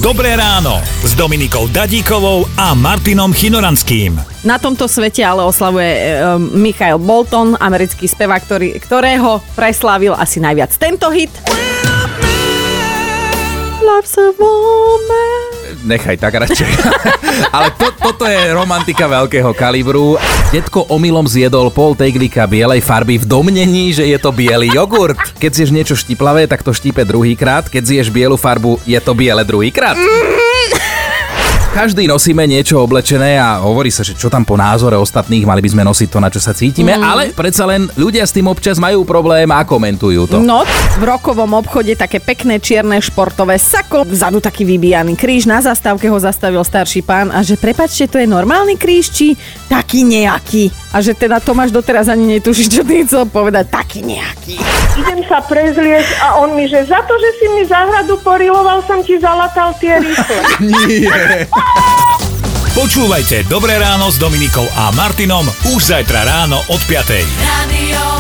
Dobré ráno s Dominikou Dadíkovou a Martinom Chinoranským. Na tomto svete ale oslavuje Michael Bolton, americký spevák, ktorého preslávil asi najviac tento hit. Love's a woman. Nechaj tak radšej. Ale toto je romantika veľkého kalibru. Detko omylom zjedol pol teglika bielej farby v domnení, že je to biely jogurt. Keď zješ niečo štiplavé, tak to štípe druhýkrát. Keď zješ bielu farbu, je to biele druhýkrát. Každý nosíme niečo oblečené a hovorí sa, že čo tam po názore ostatných, mali by sme nosiť to, na čo sa cítime, ale predsa len ľudia s tým občas majú problém a komentujú to. No, v rokovom obchode také pekné čierne športové sako, vzadu taký vybíjaný kríž, na zastávke ho zastavil starší pán a že prepáčte, to je normálny kríž, či taký nejaký? A že teda Tomáš doteraz ani netuší, čo ty chcel povedať, taký nejaký. Idem sa prezliecť a on mi, že za to, že si mi záhradu poriloval, som ti zalatal tie rifle. Nie. Počúvajte Dobré ráno s Dominikou a Martinom už zajtra ráno od 5:00. Radio